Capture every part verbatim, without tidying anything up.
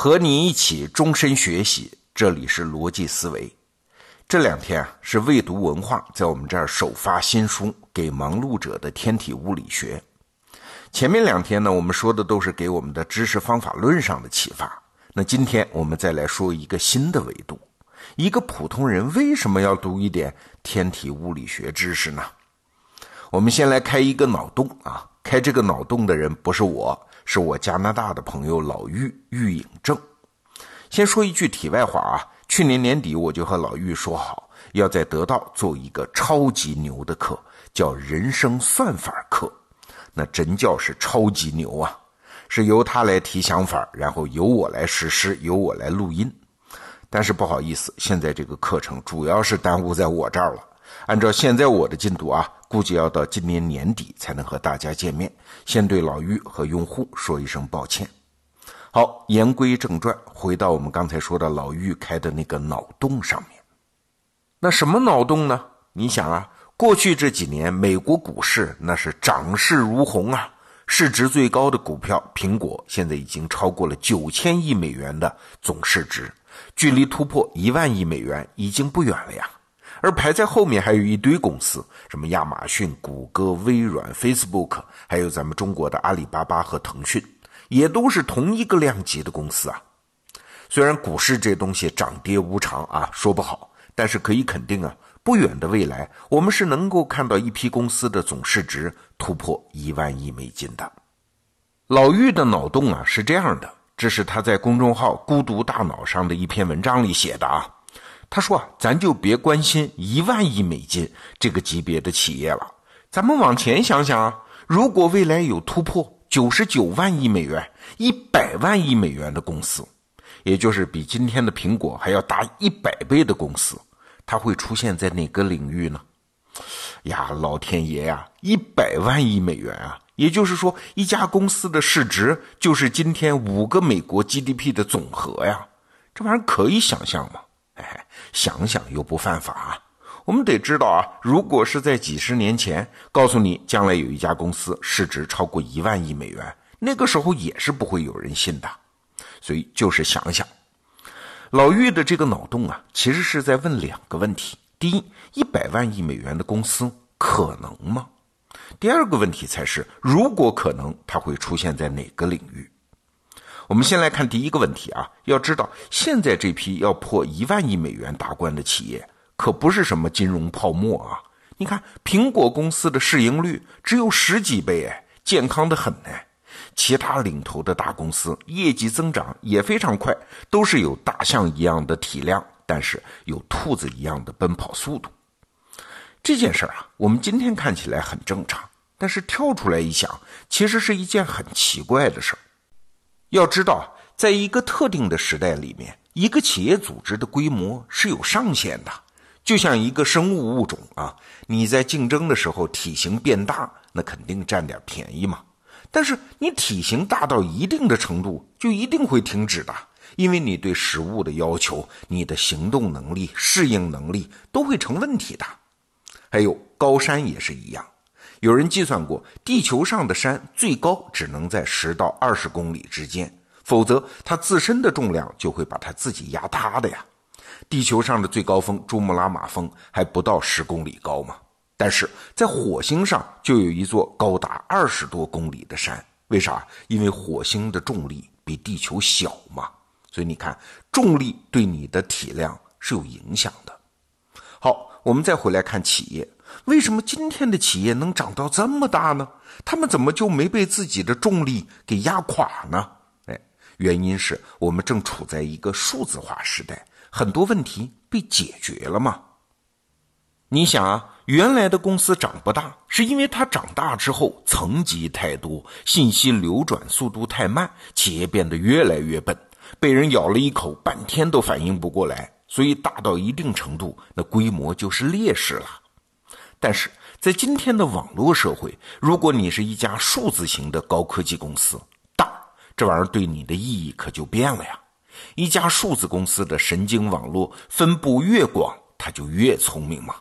和你一起终身学习，这里是逻辑思维。这两天啊，是未读文化在我们这儿首发新书《给忙碌者的天体物理学》。前面两天呢，我们说的都是给我们的知识方法论上的启发。那今天我们再来说一个新的维度，一个普通人为什么要读一点天体物理学知识呢？我们先来开一个脑洞啊，开这个脑洞的人不是我，是我加拿大的朋友老玉玉影正。先说一句题外话啊，去年年底我就和老玉说好，要在得到做一个超级牛的课，叫人生算法课。那真叫是超级牛啊，是由他来提想法，然后由我来实施，由我来录音。但是不好意思，现在这个课程主要是耽误在我这儿了。按照现在我的进度啊，估计要到今年年底才能和大家见面，先对老玉和用户说一声抱歉。好，言归正传，回到我们刚才说的老玉开的那个脑洞上面。那什么脑洞呢？你想啊，过去这几年美国股市那是涨势如虹啊，市值最高的股票苹果现在已经超过了九千亿美元的总市值，距离突破一万亿美元已经不远了呀。而排在后面还有一堆公司，什么亚马逊、谷歌、微软、Facebook， 还有咱们中国的阿里巴巴和腾讯，也都是同一个量级的公司啊。虽然股市这东西涨跌无常啊，说不好，但是可以肯定啊，不远的未来我们是能够看到一批公司的总市值突破一万亿美金的。老玉的脑洞啊是这样的，这是他在公众号孤独大脑上的一篇文章里写的啊。他说啊，咱就别关心一万亿美金这个级别的企业了，咱们往前想想啊，如果未来有突破九十九万亿美元、一百万亿美元的公司，也就是比今天的苹果还要大一百倍的公司，它会出现在哪个领域呢？呀，老天爷呀，一百万亿美元啊，也就是说一家公司的市值就是今天五个美国 G D P 的总和呀，这玩意儿可以想象吗？哎，想想又不犯法啊。我们得知道啊，如果是在几十年前告诉你将来有一家公司市值超过一万亿美元，那个时候也是不会有人信的。所以就是想想老玉的这个脑洞啊，其实是在问两个问题。第一，一百万亿美元的公司可能吗？第二个问题才是，如果可能，它会出现在哪个领域？我们先来看第一个问题啊，要知道现在这批要破一万亿美元大关的企业可不是什么金融泡沫啊。你看苹果公司的市盈率只有十几倍，哎，健康得很呢。其他领头的大公司业绩增长也非常快，都是有大象一样的体量，但是有兔子一样的奔跑速度。这件事啊，我们今天看起来很正常，但是跳出来一想，其实是一件很奇怪的事儿。要知道，在一个特定的时代里面，一个企业组织的规模是有上限的。就像一个生物物种啊，你在竞争的时候体型变大，那肯定占点便宜嘛。但是你体型大到一定的程度，就一定会停止的，因为你对食物的要求、你的行动能力、适应能力都会成问题的。还有高山也是一样。有人计算过，地球上的山最高只能在十到二十公里之间，否则它自身的重量就会把它自己压塌的呀。地球上的最高峰珠穆朗玛峰还不到十公里高嘛，但是在火星上就有一座高达二十多公里的山，为啥？因为火星的重力比地球小嘛，所以你看，重力对你的体量是有影响的。好，我们再回来看企业。为什么今天的企业能长到这么大呢？他们怎么就没被自己的重力给压垮呢？哎，原因是我们正处在一个数字化时代，很多问题被解决了嘛。你想啊，原来的公司长不大，是因为它长大之后层级太多，信息流转速度太慢，企业变得越来越笨，被人咬了一口，半天都反应不过来，所以大到一定程度，那规模就是劣势了。但是在今天的网络社会，如果你是一家数字型的高科技公司，大，这玩意儿对你的意义可就变了呀。一家数字公司的神经网络分布越广，它就越聪明嘛。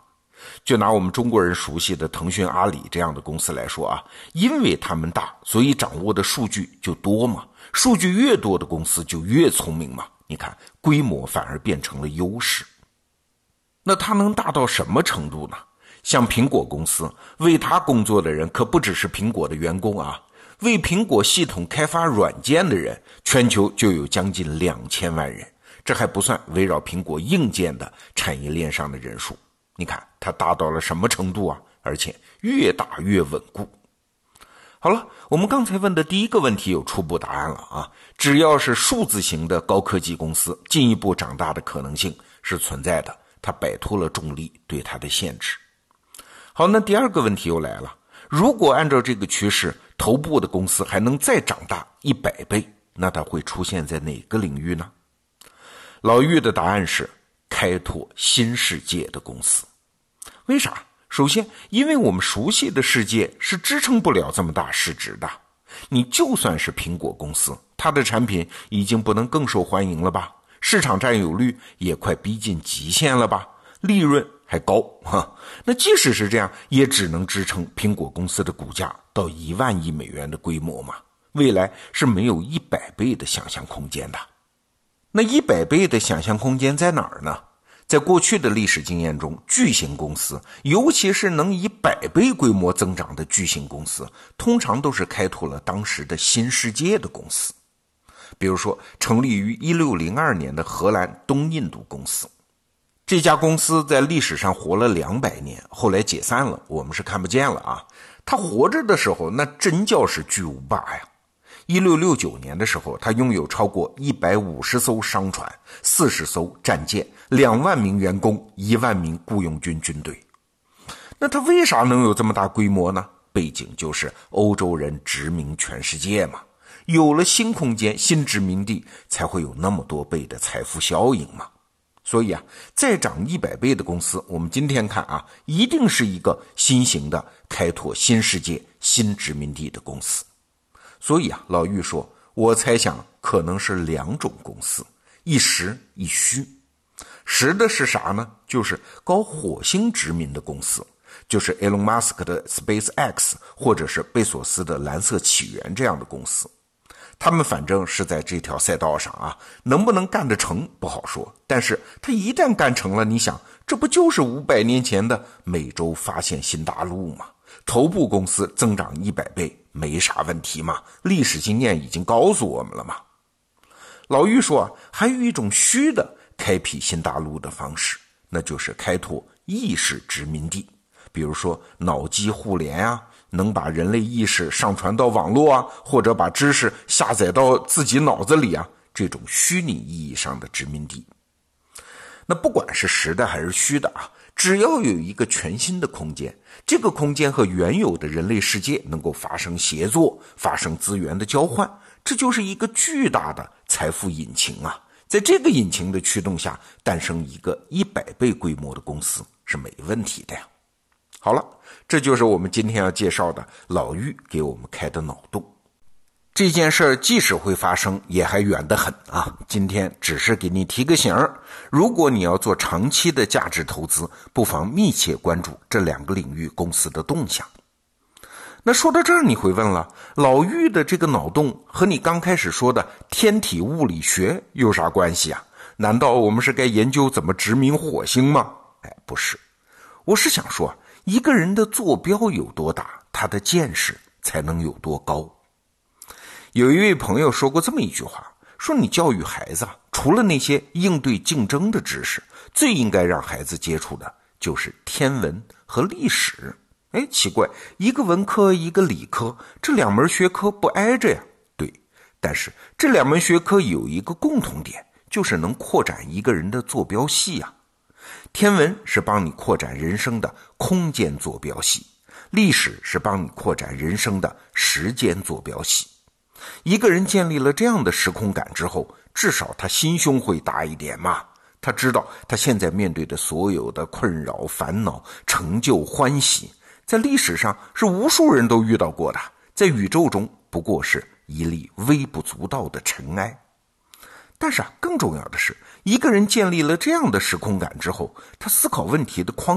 就拿我们中国人熟悉的腾讯、阿里这样的公司来说啊，因为他们大，所以掌握的数据就多嘛，数据越多的公司就越聪明嘛，你看规模反而变成了优势。那它能大到什么程度呢？像苹果公司，为它工作的人可不只是苹果的员工啊，为苹果系统开发软件的人，全球就有将近两千万人，这还不算围绕苹果硬件的产业链上的人数。你看它大到了什么程度啊？而且越大越稳固。好了，我们刚才问的第一个问题有初步答案了啊，只要是数字型的高科技公司，进一步长大的可能性是存在的，它摆脱了重力对它的限制。好，那第二个问题又来了，如果按照这个趋势，头部的公司还能再长大一百倍，那它会出现在哪个领域呢？老俞的答案是开拓新世界的公司。为啥？首先，因为我们熟悉的世界是支撑不了这么大市值的。你就算是苹果公司，它的产品已经不能更受欢迎了吧？市场占有率也快逼近极限了吧？利润还高哈。那即使是这样，也只能支撑苹果公司的股价到一万亿美元的规模嘛。未来是没有一百倍的想象空间的。那一百倍的想象空间在哪儿呢？在过去的历史经验中，巨型公司，尤其是能以百倍规模增长的巨型公司，通常都是开拓了当时的新世界的公司。比如说，成立于一六零二年的荷兰东印度公司，这家公司在历史上活了两百年，后来解散了，我们是看不见了啊。它活着的时候，那真叫是巨无霸呀。一六六九年的时候，他拥有超过一百五十艘商船、四十艘战舰、两万名员工、一万名雇佣军军队。那他为啥能有这么大规模呢？背景就是欧洲人殖民全世界嘛，有了新空间、新殖民地，才会有那么多倍的财富效应嘛。所以啊，再涨一百倍的公司，我们今天看啊，一定是一个新型的开拓新世界、新殖民地的公司。所以啊，老俞说，我猜想可能是两种公司，一实一虚。实的是啥呢？就是搞火星殖民的公司，就是 Elon Musk 的 SpaceX 或者是贝索斯的蓝色起源这样的公司。他们反正是在这条赛道上啊，能不能干得成不好说，但是他一旦干成了，你想，这不就是五百年前的美洲发现新大陆吗？头部公司增长一百倍没啥问题嘛，历史经验已经告诉我们了嘛。老俞说啊，还有一种虚的开辟新大陆的方式，那就是开拓意识殖民地，比如说脑机互联啊，能把人类意识上传到网络啊，或者把知识下载到自己脑子里啊，这种虚拟意义上的殖民地。那不管是实的还是虚的啊，只要有一个全新的空间，这个空间和原有的人类世界能够发生协作，发生资源的交换，这就是一个巨大的财富引擎啊。在这个引擎的驱动下，诞生一个一百倍规模的公司是没问题的呀。好了，这就是我们今天要介绍的老俞给我们开的脑洞。这件事儿即使会发生，也还远得很啊！今天只是给你提个醒儿，如果你要做长期的价值投资，不妨密切关注这两个领域公司的动向。那说到这儿，你会问了，老俞的这个脑洞和你刚开始说的天体物理学有啥关系啊？难道我们是该研究怎么殖民火星吗？哎，不是，我是想说，一个人的坐标有多大，他的见识才能有多高。有一位朋友说过这么一句话，说你教育孩子啊，除了那些应对竞争的知识，最应该让孩子接触的就是天文和历史。哎，奇怪，一个文科一个理科，这两门学科不挨着呀？对，但是这两门学科有一个共同点，就是能扩展一个人的坐标系啊。天文是帮你扩展人生的空间坐标系，历史是帮你扩展人生的时间坐标系。一个人建立了这样的时空感之后，至少他心胸会大一点嘛。他知道他现在面对的所有的困扰、烦恼、成就、欢喜，在历史上是无数人都遇到过的，在宇宙中不过是一粒微不足道的尘埃。但是啊，更重要的是，一个人建立了这样的时空感之后，他思考问题的框架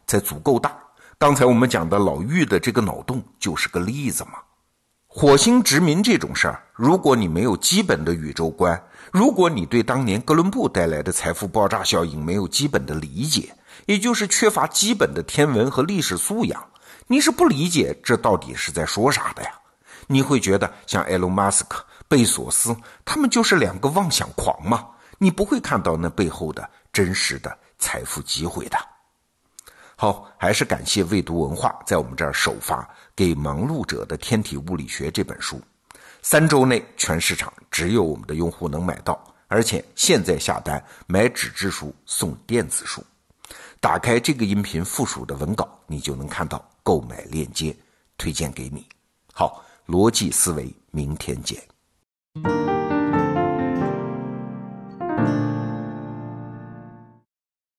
才足够大。刚才我们讲的老郁的这个脑洞就是个例子嘛。火星殖民这种事儿，如果你没有基本的宇宙观，如果你对当年哥伦布带来的财富爆炸效应没有基本的理解，也就是缺乏基本的天文和历史素养，你是不理解这到底是在说啥的呀。你会觉得像埃隆·马斯克、贝索斯，他们就是两个妄想狂嘛，你不会看到那背后的真实的财富机会的。好，还是感谢未读文化在我们这儿首发给忙碌者的天体物理学这本书，三周内全市场只有我们的用户能买到，而且现在下单买纸质书送电子书。打开这个音频附属的文稿，你就能看到购买链接，推荐给你。好，逻辑思维，明天见。